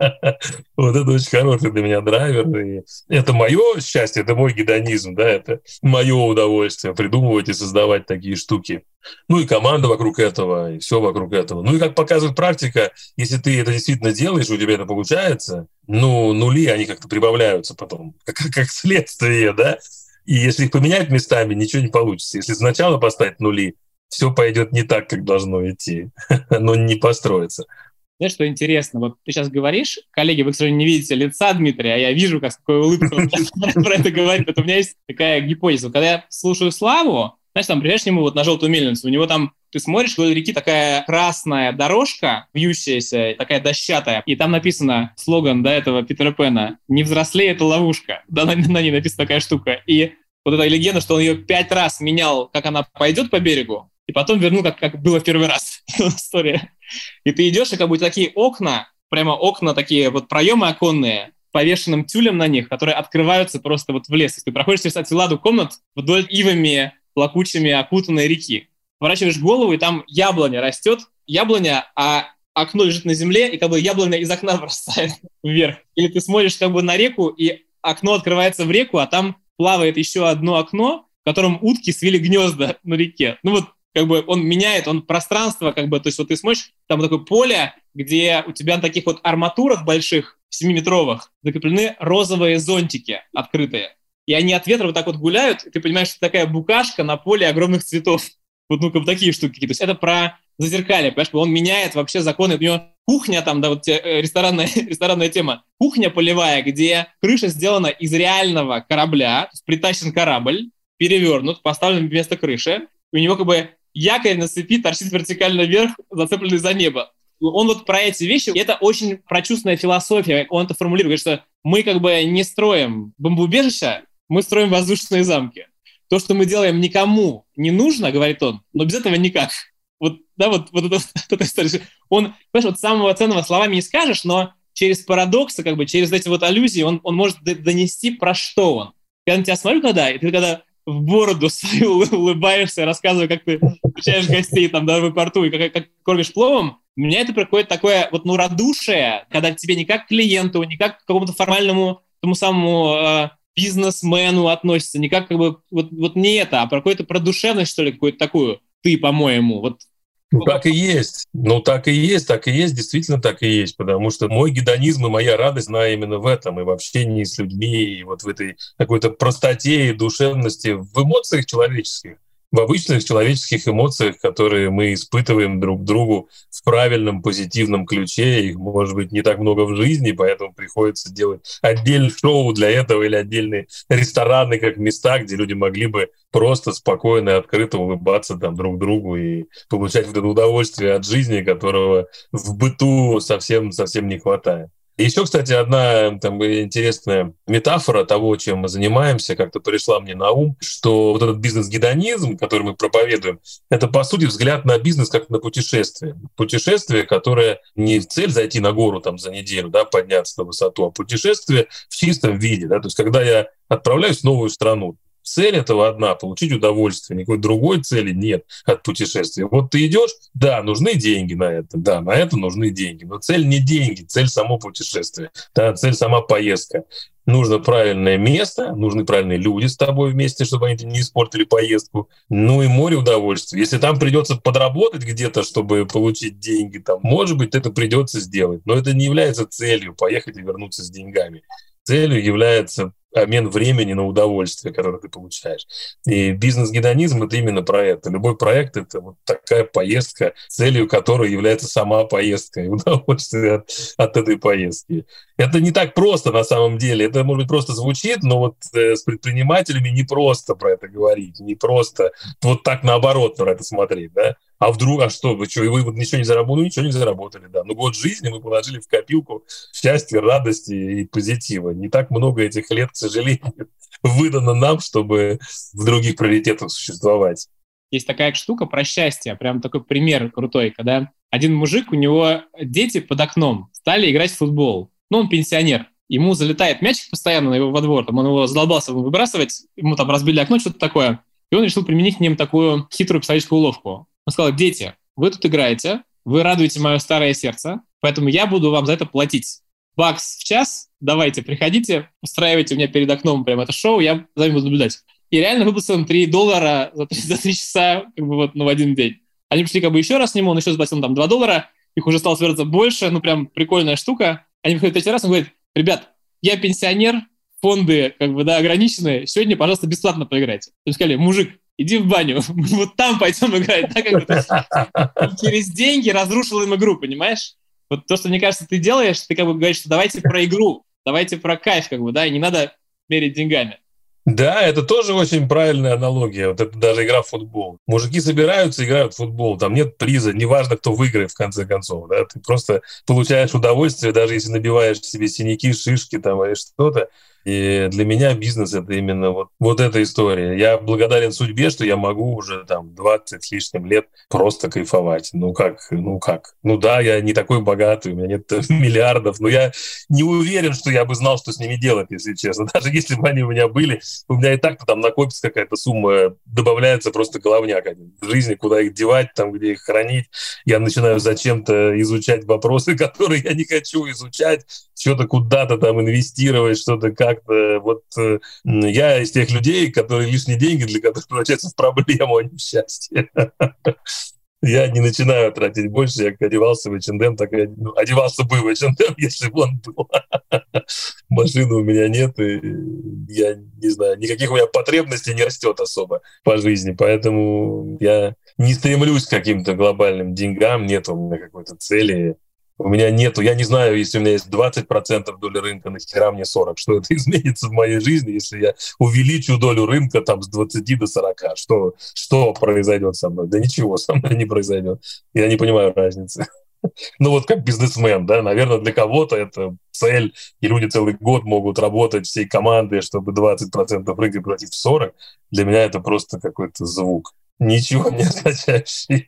Вот это очень хороший для меня драйвер. И это мое счастье, это мой гедонизм, да, это мое удовольствие придумывать и создавать такие штуки. Ну и команда вокруг этого, и все вокруг этого. Ну и как показывает практика, если ты это действительно делаешь, у тебя это получается, ну, нули, они как-то прибавляются потом, как, как следствие, да. И если их поменять местами, ничего не получится. Если сначала поставить нули, все пойдет не так, как должно идти, но не построится. Знаешь, что интересно? Вот ты сейчас говоришь, коллеги, вы, к сожалению, не видите лица Дмитрия, а я вижу, как с какой улыбкой он про это говорит. Это у меня есть такая гипотеза. Когда я слушаю Славу, знаешь, там приезжаешь к нему вот на желтую мельницу, у него там, ты смотришь, вдоль реки такая красная дорожка, вьющаяся, такая дощатая, и там написано слоган до этого Питера Пэна «Не взрослей, это ловушка». Да, на, на ней написана такая штука. И вот эта легенда, что он ее пять раз менял, как она пойдет по берегу, и потом вернул, как, как было в первый раз. История. И ты идешь, и как будто такие окна, прямо окна такие, вот проемы оконные, повешенным тюлем на них, которые открываются просто вот в лес. То есть ты проходишь через ацеладу комнат вдоль ивами плакучими окутанной реки. Поворачиваешь голову, и там яблоня растет. Яблоня, а окно лежит на земле, и как бы яблоня из окна бросает вверх. Или ты смотришь как бы на реку, и окно открывается в реку, а там плавает еще одно окно, в котором утки свили гнезда на реке. Ну вот как бы он меняет, он пространство, как бы, то есть вот ты смотришь, там такое поле, где у тебя на таких вот арматурах больших, семиметровых, закреплены розовые зонтики открытые. И они от ветра вот так вот гуляют, и ты понимаешь, что такая букашка на поле огромных цветов. Вот, ну, как бы такие штуки. То есть это про зазеркалье, понимаешь, он меняет вообще законы. У него кухня там, да, вот ресторанная, ресторанная тема. Кухня полевая, где крыша сделана из реального корабля, то есть притащен корабль, перевернут, поставлен вместо крыши, и у него как бы якорь на цепи торчит вертикально вверх, зацепленный за небо. Он вот про эти вещи, и это очень прочувственная философия, он это формулирует, что мы как бы не строим бомбоубежища, мы строим воздушные замки. То, что мы делаем, никому не нужно, говорит он, но без этого никак. Вот, да, вот, вот это, эта история. Он, понимаешь, вот самого ценного словами не скажешь, но через парадоксы, как бы, через эти вот аллюзии он, он может донести, про что он. Я на тебя смотрю когда, и ты когда в бороду свою улыбаешься, рассказывая, как ты встречаешь гостей там, да, в аэропорту, и как, как кормишь пловом, у меня это приходит такое вот, ну, радушие, когда к тебе не как к клиенту, не как к какому-то формальному тому самому э, бизнесмену относится, не как, как бы, вот, вот не это, а про какую-то про душевность, что ли, какую-то такую, ты, по-моему, вот. Ну, так и есть. Ну, так и есть, так и есть, действительно так и есть, потому что мой гедонизм и моя радость, она именно в этом, и в общении с людьми, и вот в этой какой-то простоте и душевности, в эмоциях человеческих, в обычных человеческих эмоциях, которые мы испытываем друг к другу в правильном, позитивном ключе. Их, может быть, не так много в жизни, поэтому приходится делать отдельное шоу для этого или отдельные рестораны, как места, где люди могли бы просто спокойно и открыто улыбаться там друг другу и получать вот это удовольствие от жизни, которого в быту совсем-совсем не хватает. Еще, кстати, одна там интересная метафора того, чем мы занимаемся, как-то пришла мне на ум, что вот этот бизнес-гедонизм, который мы проповедуем, это, по сути, взгляд на бизнес как на путешествие. Путешествие, которое не цель зайти на гору там за неделю, да, подняться на высоту, а путешествие в чистом виде. Да? То есть когда я отправляюсь в новую страну, цель этого одна — получить удовольствие. Никакой другой цели нет от путешествия. Вот ты идешь, да, нужны деньги на это, да, на это нужны деньги. Но цель не деньги, цель само путешествие, да, цель сама поездка. Нужно правильное место, нужны правильные люди с тобой вместе, чтобы они не испортили поездку. Ну и море удовольствия. Если там придется подработать где-то, чтобы получить деньги, там, может быть, это придется сделать. Но это не является целью — поехать и вернуться с деньгами. Целью является обмен времени на удовольствие, которое ты получаешь. И бизнес-гедонизм — это именно про это. Любой проект — это вот такая поездка, целью которой является сама поездка и удовольствие от, от этой поездки. Это не так просто на самом деле. Это, может быть, просто звучит, но вот э, с предпринимателями не просто про это говорить, не просто вот так наоборот на это смотреть, да? А вдруг, а что, вы что, и вы вот ничего не заработали? Ну, ничего не заработали, да. Ну, год жизни мы положили в копилку счастья, радости и позитива. Не так много этих лет, к сожалению, выдано нам, чтобы в других приоритетах существовать. Есть такая штука про счастье, прям такой пример крутой, когда один мужик, у него дети под окном стали играть в футбол. Ну, он пенсионер. Ему залетает мячик постоянно на его во двор, там он его задолбался выбрасывать, ему там разбили окно, что-то такое. И он решил применить к ним такую хитрую психологическую уловку. Он сказал: дети, вы тут играете, вы радуете мое старое сердце, поэтому я буду вам за это платить. Бакс в час, давайте, приходите, устраивайте у меня перед окном прямо это шоу, я за вами буду наблюдать. И реально выплатил им три доллара за три, за три часа как бы вот, ну, в один день. Они пришли как бы еще раз к нему, он еще заплатил там два доллара, их уже стало собираться больше, ну прям прикольная штука. Они приходят третий раз, он говорит: ребят, я пенсионер, фонды как бы, да, ограничены, сегодня, пожалуйста, бесплатно поиграйте. Они сказали: мужик, иди в баню, мы вот там пойдем играть. Да, как бы, через деньги разрушил им игру, понимаешь? Вот то, что, мне кажется, ты делаешь, ты как бы говоришь, что давайте про игру, давайте про кайф, как бы, да, и не надо мерить деньгами. Да, это тоже очень правильная аналогия. Вот это даже игра в футбол. Мужики собираются, играют в футбол. Там нет приза, неважно, кто выиграет в конце концов. Да? Ты просто получаешь удовольствие, даже если набиваешь себе синяки, шишки там, или что-то. И для меня бизнес — это именно вот, вот эта история. Я благодарен судьбе, что я могу уже там двадцать с лишним лет просто кайфовать. Ну как, ну как? Ну да, я не такой богатый, у меня нет миллиардов, но я не уверен, что я бы знал, что с ними делать, если честно. Даже если бы они у меня были, у меня и так-то там накопится какая-то сумма, добавляется просто головняк один. В жизни, куда их девать, там, где их хранить. Я начинаю зачем-то изучать вопросы, которые я не хочу изучать, что-то куда-то там инвестировать, что-то как вот э, я из тех людей, которые лишние деньги, для которых превращаются в проблему, а не в счастье. Я не начинаю тратить больше, я как одевался в эйч энд эм, так и ну, одевался бы в эйч энд эм, если бы он был. Машины у меня нет, и я не знаю, никаких у меня потребностей не растет особо по жизни, поэтому я не стремлюсь к каким-то глобальным деньгам, нет у меня какой-то цели. У меня нету, я не знаю, если у меня есть двадцать процентов доли рынка, нахера мне сорок? Что это изменится в моей жизни, если я увеличу долю рынка там с двадцати до сорока? Что, что произойдет со мной? Да ничего со мной не произойдет. Я не понимаю разницы. Ну вот как бизнесмен, да, наверное, для кого-то это цель, и люди целый год могут работать всей командой, чтобы двадцать процентов рынка превратить в сорок. Для меня это просто какой-то звук, ничего не означающий.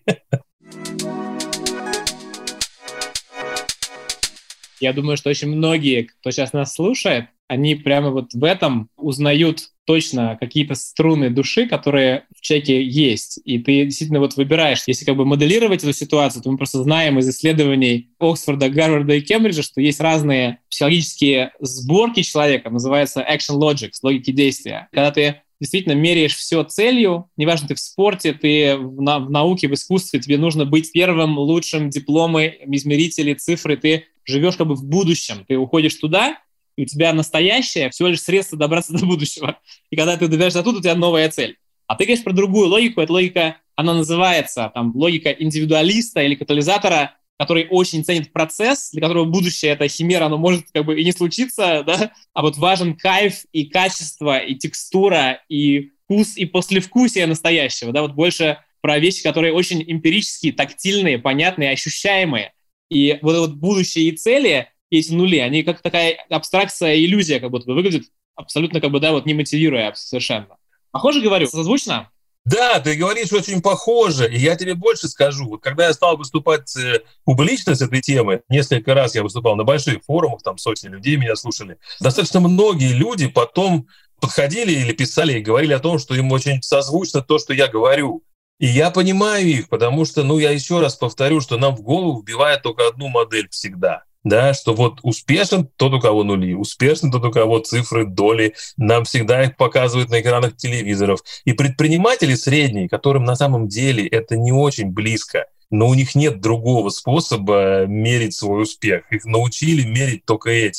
Я думаю, что очень многие, кто сейчас нас слушает, они прямо вот в этом узнают точно какие-то струны души, которые в человеке есть. И ты действительно вот выбираешь, если как бы моделировать эту ситуацию, то мы просто знаем из исследований Оксфорда, Гарварда и Кембриджа, что есть разные психологические сборки человека, называется action logics, логики действия. Когда ты действительно меряешь все целью, неважно, ты в спорте, ты в, на, в науке, в искусстве, тебе нужно быть первым, лучшим, дипломы, измерители, цифры, ты живешь как бы в будущем, ты уходишь туда, и у тебя настоящее всего лишь средство добраться до будущего. И когда ты добираешься оттуда, у тебя новая цель. А ты говоришь про другую логику, эта логика, она называется там, логика индивидуалиста или катализатора, который очень ценит процесс, для которого будущее — это химера, оно может как бы и не случиться, да? А вот важен кайф и качество, и текстура, и вкус, и послевкусие настоящего, да, вот больше про вещи, которые очень эмпирические, тактильные, понятные, ощущаемые. И вот это вот будущее и цели, эти нули, они как такая абстракция, иллюзия как будто бы выглядят, абсолютно как бы, да, вот не мотивируя совершенно. Похоже говорю? Созвучно? Да, ты говоришь очень похоже, и я тебе больше скажу. Вот когда я стал выступать публично с этой темой, несколько раз я выступал на больших форумах, там сотни людей меня слушали, достаточно многие люди потом подходили или писали и говорили о том, что им очень созвучно то, что я говорю. И я понимаю их, потому что, ну, я еще раз повторю, что нам в голову вбивает только одну модель всегда. Да, что вот успешен тот, у кого нули, успешен тот, у кого цифры, доли, нам всегда их показывают на экранах телевизоров. И предприниматели средние, которым на самом деле это не очень близко, но у них нет другого способа мерить свой успех. Их научили мерить только этим.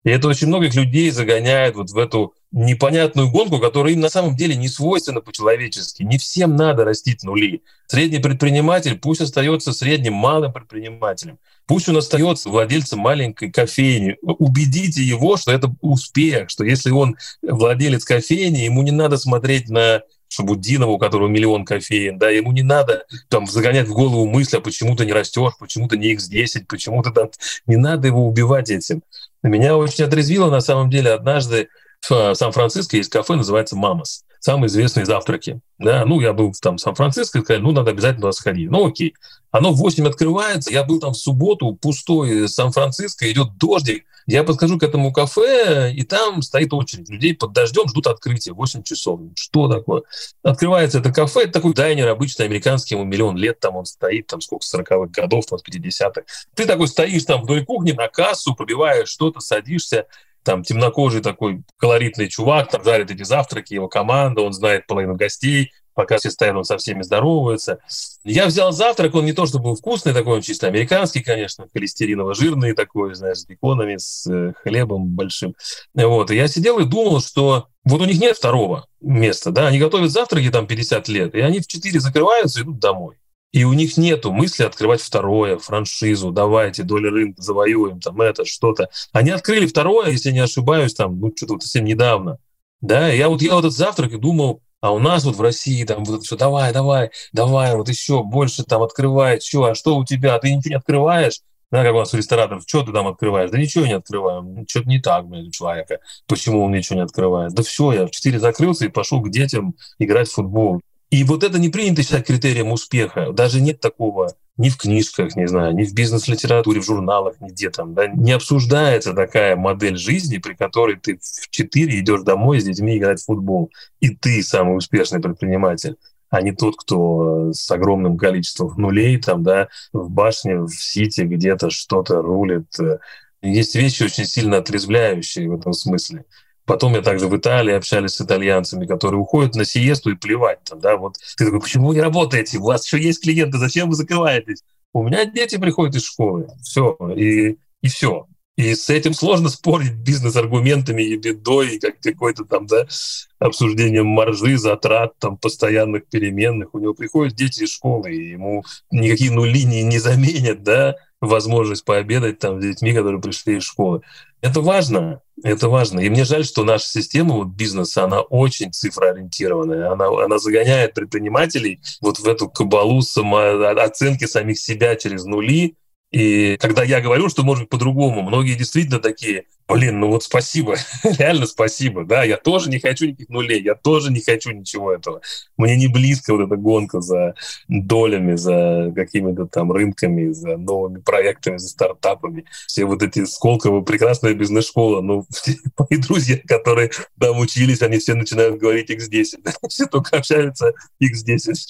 И это очень многих людей загоняет вот в эту непонятную гонку, которая им на самом деле не свойственна по-человечески. Не всем надо растить нули. Средний предприниматель пусть остается средним малым предпринимателем. Пусть он остается владельцем маленькой кофейни. Убедите его, что это успех, что если он владелец кофейни, ему не надо смотреть на Шабуддинова, у которого миллион кофеин, да, ему не надо там загонять в голову мысль, а почему ты не растешь, почему ты не икс десять, почему ты там... Не надо его убивать этим. Меня очень отрезвило, на самом деле, однажды в Сан-Франциско есть кафе, называется «Мамас». Самые известные завтраки. Да, ну, я был там в Сан-Франциско, и сказали, ну, надо обязательно туда сходить. Ну, окей. Оно в восемь открывается, я был там в субботу, пустой Сан-Франциско, идет дождик. Я подхожу к этому кафе, и там стоит очередь. Людей под дождем ждут открытия, восемь часов. Что такое? Открывается это кафе, это такой дайнер обычный американский, ему миллион лет, там он стоит, там сколько, сороковых годов, там, с пятидесятых. Ты такой стоишь там вдоль кухни на кассу, пробиваешь что-то, садишься, там темнокожий такой колоритный чувак, там жарит эти завтраки, его команда, он знает половину гостей, пока все стоят, он со всеми здоровается. Я взял завтрак, он не то чтобы был вкусный, такой он чисто американский, конечно, холестериново-жирный такой, знаешь, с беконами, с хлебом большим. Вот. И я сидел и думал, что вот у них нет второго места, да, они готовят завтраки там пятьдесят лет, и они в четыре закрываются и идут домой. И у них нету мысли открывать второе, франшизу, давайте, доли рынка завоюем, там это, что-то. Они открыли второе, если не ошибаюсь, там, ну, что-то вот совсем недавно. Да, и я вот ел этот завтрак и думал, а у нас вот в России там вот это все, давай, давай, давай, вот еще больше там открывай, что, а что у тебя, ты ничего не открываешь? Да, как у нас у рестораторов, что ты там открываешь? Да ничего не открываем, что-то не так, блин, у человека. Почему он ничего не открывает? Да все, я в четыре закрылся и пошел к детям играть в футбол. И вот это не принято считать критерием успеха. Даже нет такого ни в книжках, не знаю, ни в бизнес-литературе, в журналах, нигде там. Да, не обсуждается такая модель жизни, при которой ты в четыре идешь домой с детьми играть в футбол. И ты самый успешный предприниматель, а не тот, кто с огромным количеством нулей там, да, в башне, в сити где-то что-то рулит. Есть вещи очень сильно отрезвляющие в этом смысле. Потом я также в Италии общались с итальянцами, которые уходят на сиесту и плевать там, да, вот ты такой, почему вы не работаете? У вас еще есть клиенты, зачем вы закрываетесь? У меня дети приходят из школы, все, и, и все. И с этим сложно спорить бизнес-аргументами и бедой, и как какой-то там, да, обсуждением маржи, затрат, там, постоянных переменных. У него приходят дети из школы, и ему никакие нули не, не заменят, да, возможность пообедать там с детьми, которые пришли из школы. Это важно, это важно. И мне жаль, что наша система вот, бизнеса, она очень цифроориентированная. Она, она загоняет предпринимателей вот в эту кабалу самооценки самих себя через нули. И когда я говорю, что может быть по-другому, многие действительно такие, блин, ну вот спасибо, реально спасибо, да, я тоже не хочу никаких нулей, я тоже не хочу ничего этого. Мне не близко вот эта гонка за долями, за какими-то там рынками, за новыми проектами, за стартапами. Все вот эти Сколково, прекрасная бизнес-школа, ну, мои друзья, которые там учились, они все начинают говорить икс десять, все только общаются икс десять.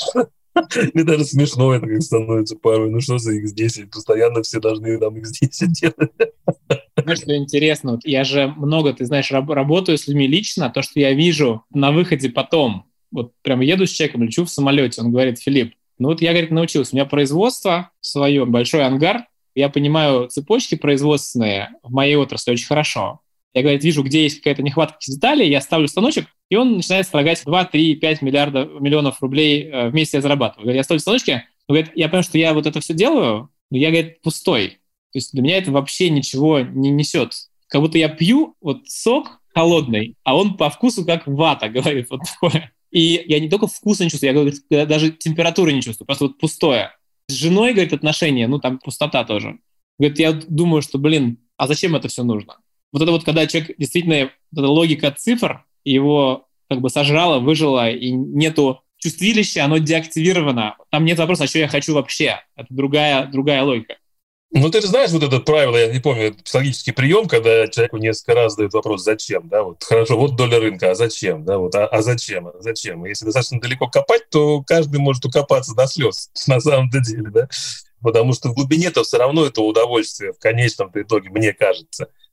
Мне даже смешно это как становится порой. Ну что за икс десять? Постоянно все должны там икс десять делать. Знаешь, что интересно? Я же много, ты знаешь, раб- работаю с людьми лично. То, что я вижу на выходе потом, вот прям еду с человеком, лечу в самолете, он говорит, Филипп, ну вот я, говорит, научился. У меня производство свое, большой ангар. Я понимаю цепочки производственные в моей отрасли очень хорошо. Я, говорит, вижу, где есть какая-то нехватка деталей, я ставлю станочек, и он начинает строгать два, три, пять миллиардов, миллионов рублей э, в месяц я зарабатываю. Говорит, я ставлю станочки, он говорит, я понимаю, что я вот это все делаю, но я, говорит, пустой. То есть для меня это вообще ничего не несет. Как будто я пью вот сок холодный, а он по вкусу как вата, говорит, вот такое. И я не только вкуса не чувствую, я, говорит, даже температуры не чувствую, просто вот пустое. С женой, говорит, отношения, ну там пустота тоже. Говорит, я думаю, что, блин, а зачем это все нужно? Вот это вот, когда человек действительно, вот эта логика цифр, его как бы сожрала, выжила, и нету чувствилища, оно деактивировано. Там нет вопроса, а что я хочу вообще. Это другая, другая логика. Ну, ты же знаешь вот это правило, я не помню, это психологический прием, когда человеку несколько раз задают вопрос, зачем, да, вот, хорошо, вот доля рынка, а зачем, да, вот, а, а зачем, а зачем? Если достаточно далеко копать, то каждый может укопаться до слез, на самом-то деле, да, потому что в глубине-то все равно это удовольствие в конечном итоге, мне кажется.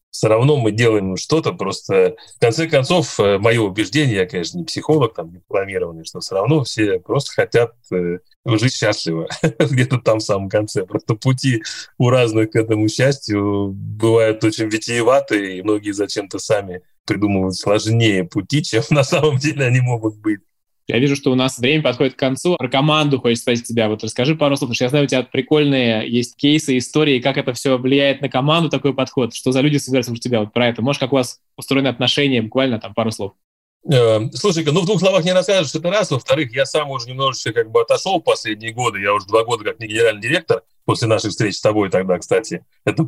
Все равно мы делаем что-то, просто в конце концов, мое убеждение, я, конечно, не психолог, там, дипломированный, что все равно все просто хотят жить счастливо где-то там в самом конце. Просто пути у разных к этому счастью бывают очень витиеватые, и многие зачем-то сами придумывают сложнее пути, чем на самом деле они могут быть. Я вижу, что у нас время подходит к концу. Про команду хочется спросить тебя. Вот расскажи пару слов, потому что я знаю, у тебя прикольные есть кейсы, истории, как это все влияет на команду, такой подход. Что за люди собираются у тебя? Вот про это. Можешь, как у вас устроены отношения? Буквально там пару слов. Слушай-ка, ну в двух словах не расскажешь, это раз. Во-вторых, я сам уже немножечко как бы отошел в последние годы. Я уже два года как не генеральный директор. После нашей встречи с тобой тогда, кстати, это,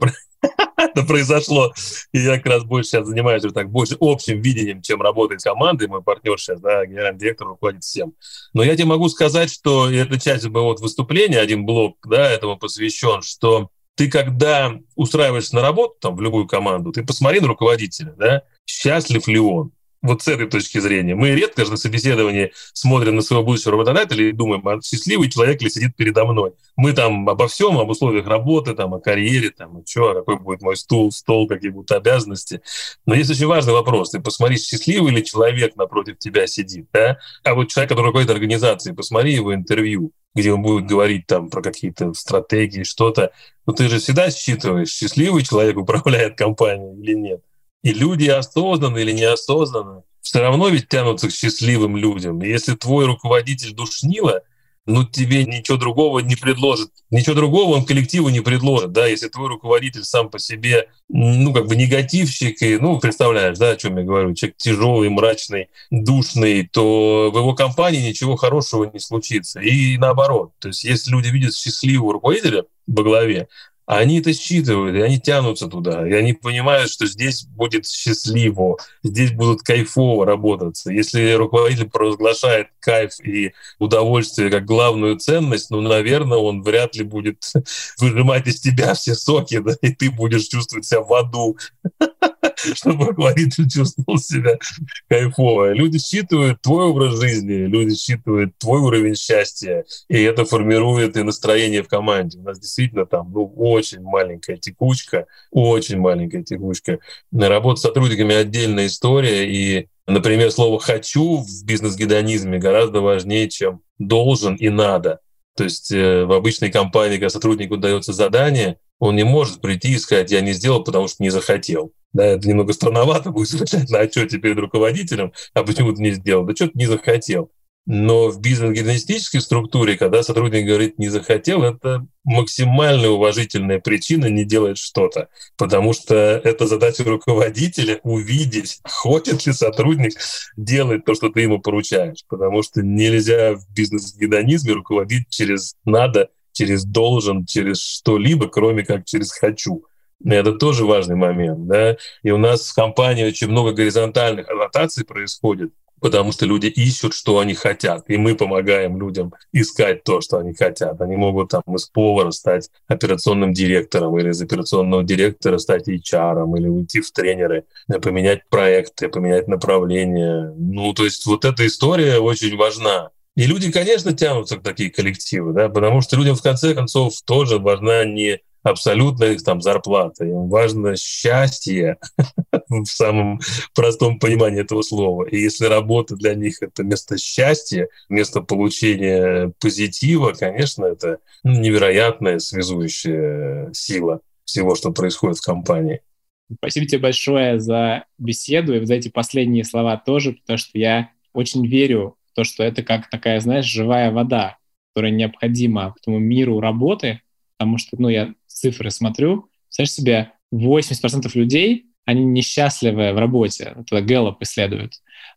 это произошло. И я как раз больше сейчас занимаюсь уже так больше общим видением, чем работает команда. И мой партнер сейчас, да, генеральный директор, руководит всем. Но я тебе могу сказать, что и эта часть моего вот выступления, один блок, да, этому посвящен, что ты, когда устраиваешься на работу, там, в любую команду, ты посмотри на руководителя, да, счастлив ли он. Вот с этой точки зрения. Мы редко же на собеседовании смотрим на своего будущего работодателя и думаем, а счастливый человек ли сидит передо мной. Мы там обо всем, об условиях работы, там, о карьере, там, что, какой будет мой стул, стол, какие будут обязанности. Но есть очень важный вопрос. Ты посмотри, счастливый ли человек напротив тебя сидит, да? А вот человек, который руководит организацией, посмотри его интервью, где он будет говорить там про какие-то стратегии, что-то. Но ты же всегда считываешь, счастливый человек управляет компанией или нет. И люди осознанно или неосознанно все равно ведь тянутся к счастливым людям. И если твой руководитель душнило, ну тебе ничего другого не предложит. Ничего другого он коллективу не предложит. Да? Если твой руководитель сам по себе, ну, как бы негативщик, и, ну, представляешь, да, о чем я говорю, человек тяжелый, мрачный, душный, то в его компании ничего хорошего не случится. И наоборот. То есть если люди видят счастливого руководителя во главе, они это считывают, и они тянутся туда, и они понимают, что здесь будет счастливо, здесь будут кайфово работаться. Если руководитель провозглашает кайф и удовольствие как главную ценность, ну, наверное, он вряд ли будет выжимать из тебя все соки, да, и ты будешь чувствовать себя в аду, чтобы руководитель чувствовал себя кайфово. Люди считывают твой образ жизни, люди считывают твой уровень счастья, и это формирует и настроение в команде. У нас действительно там, ну, очень маленькая текучка, очень маленькая текучка. Работа с сотрудниками — отдельная история, и, например, слово «хочу» в бизнес-гедонизме гораздо важнее, чем «должен» и «надо». То есть э, в обычной компании, когда сотруднику дается задание, он не может прийти и сказать: «Я не сделал, потому что не захотел». Да, это немного странновато будет звучать на отчете перед руководителем, а почему ты не сделал? Да что-то не захотел. Но в бизнес-гедонистической структуре, когда сотрудник говорит «не захотел», это максимально уважительная причина не делать что-то. Потому что это задача руководителя — увидеть, хочет ли сотрудник делать то, что ты ему поручаешь. Потому что нельзя в бизнес-гедонизме руководить через «надо», через «должен», через что-либо, кроме как через «хочу». Это тоже важный момент. Да? И у нас в компании очень много горизонтальных ротаций происходит, потому что люди ищут, что они хотят, и мы помогаем людям искать то, что они хотят. Они могут там из повара стать операционным директором, или из операционного директора стать эйч ар, или уйти в тренеры, поменять проекты, поменять направление. Ну, то есть вот эта история очень важна. И люди, конечно, тянутся к такие коллективы, да, потому что людям в конце концов тоже важна не абсолютная их там зарплата, им важно счастье в самом простом понимании этого слова. И если работа для них — это место счастья, место получения позитива, конечно, это невероятная связующая сила всего, что происходит в компании. Спасибо тебе большое за беседу и за эти последние слова тоже, потому что я очень верю в то, что это как такая, знаешь, живая вода, которая необходима к тому миру работы, потому что, ну, я цифры смотрю, представляешь себе, восемьдесят процентов людей, они несчастливы в работе, это Гэллоп исследует,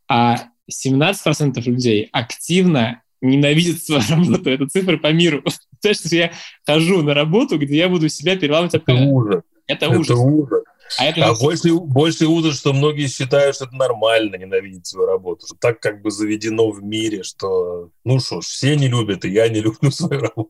а семнадцать процентов людей активно ненавидят свою работу. Это цифры по миру. Представляешь, что я хожу на работу, где я буду себя переламывать об колено. Ужас. Это ужас. Это ужас. А, это а больше, больше ужас, что многие считают, что это нормально ненавидеть свою работу, что так как бы заведено в мире, что ну что ж, все не любят, и я не люблю свою работу.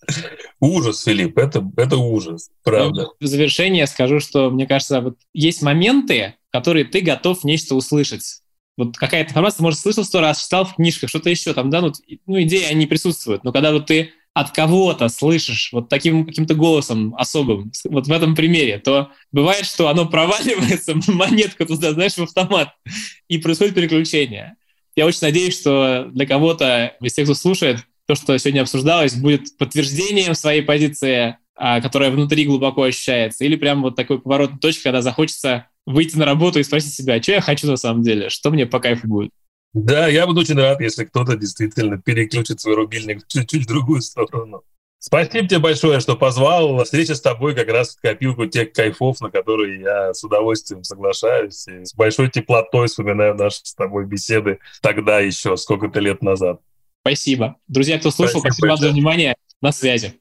Ужас, Филипп, это, это ужас, правда. В завершение скажу, что, мне кажется, вот есть моменты, которые ты готов нечто услышать. Вот какая-то информация, может, слышал сто раз, читал в книжках, что-то еще там, да, ну, ну идеи, они присутствуют. Но когда вот ты от кого-то слышишь вот таким каким-то голосом особым, вот в этом примере, то бывает, что оно проваливается, монетка туда, знаешь, в автомат, и происходит переключение. Я очень надеюсь, что для кого-то из тех, кто слушает, то, что сегодня обсуждалось, будет подтверждением своей позиции, которая внутри глубоко ощущается, или прям вот такой поворотной точкой, когда захочется выйти на работу и спросить себя, а что я хочу на самом деле, что мне по кайфу будет. Да, я буду очень рад, если кто-то действительно переключит свой рубильник чуть-чуть в другую сторону. Спасибо тебе большое, что позвал. Встреча с тобой как раз в копилку тех кайфов, на которые я с удовольствием соглашаюсь. И с большой теплотой вспоминаю наши с тобой беседы тогда еще, сколько-то лет назад. Спасибо. Друзья, кто слушал, спасибо, спасибо вам за внимание. На связи.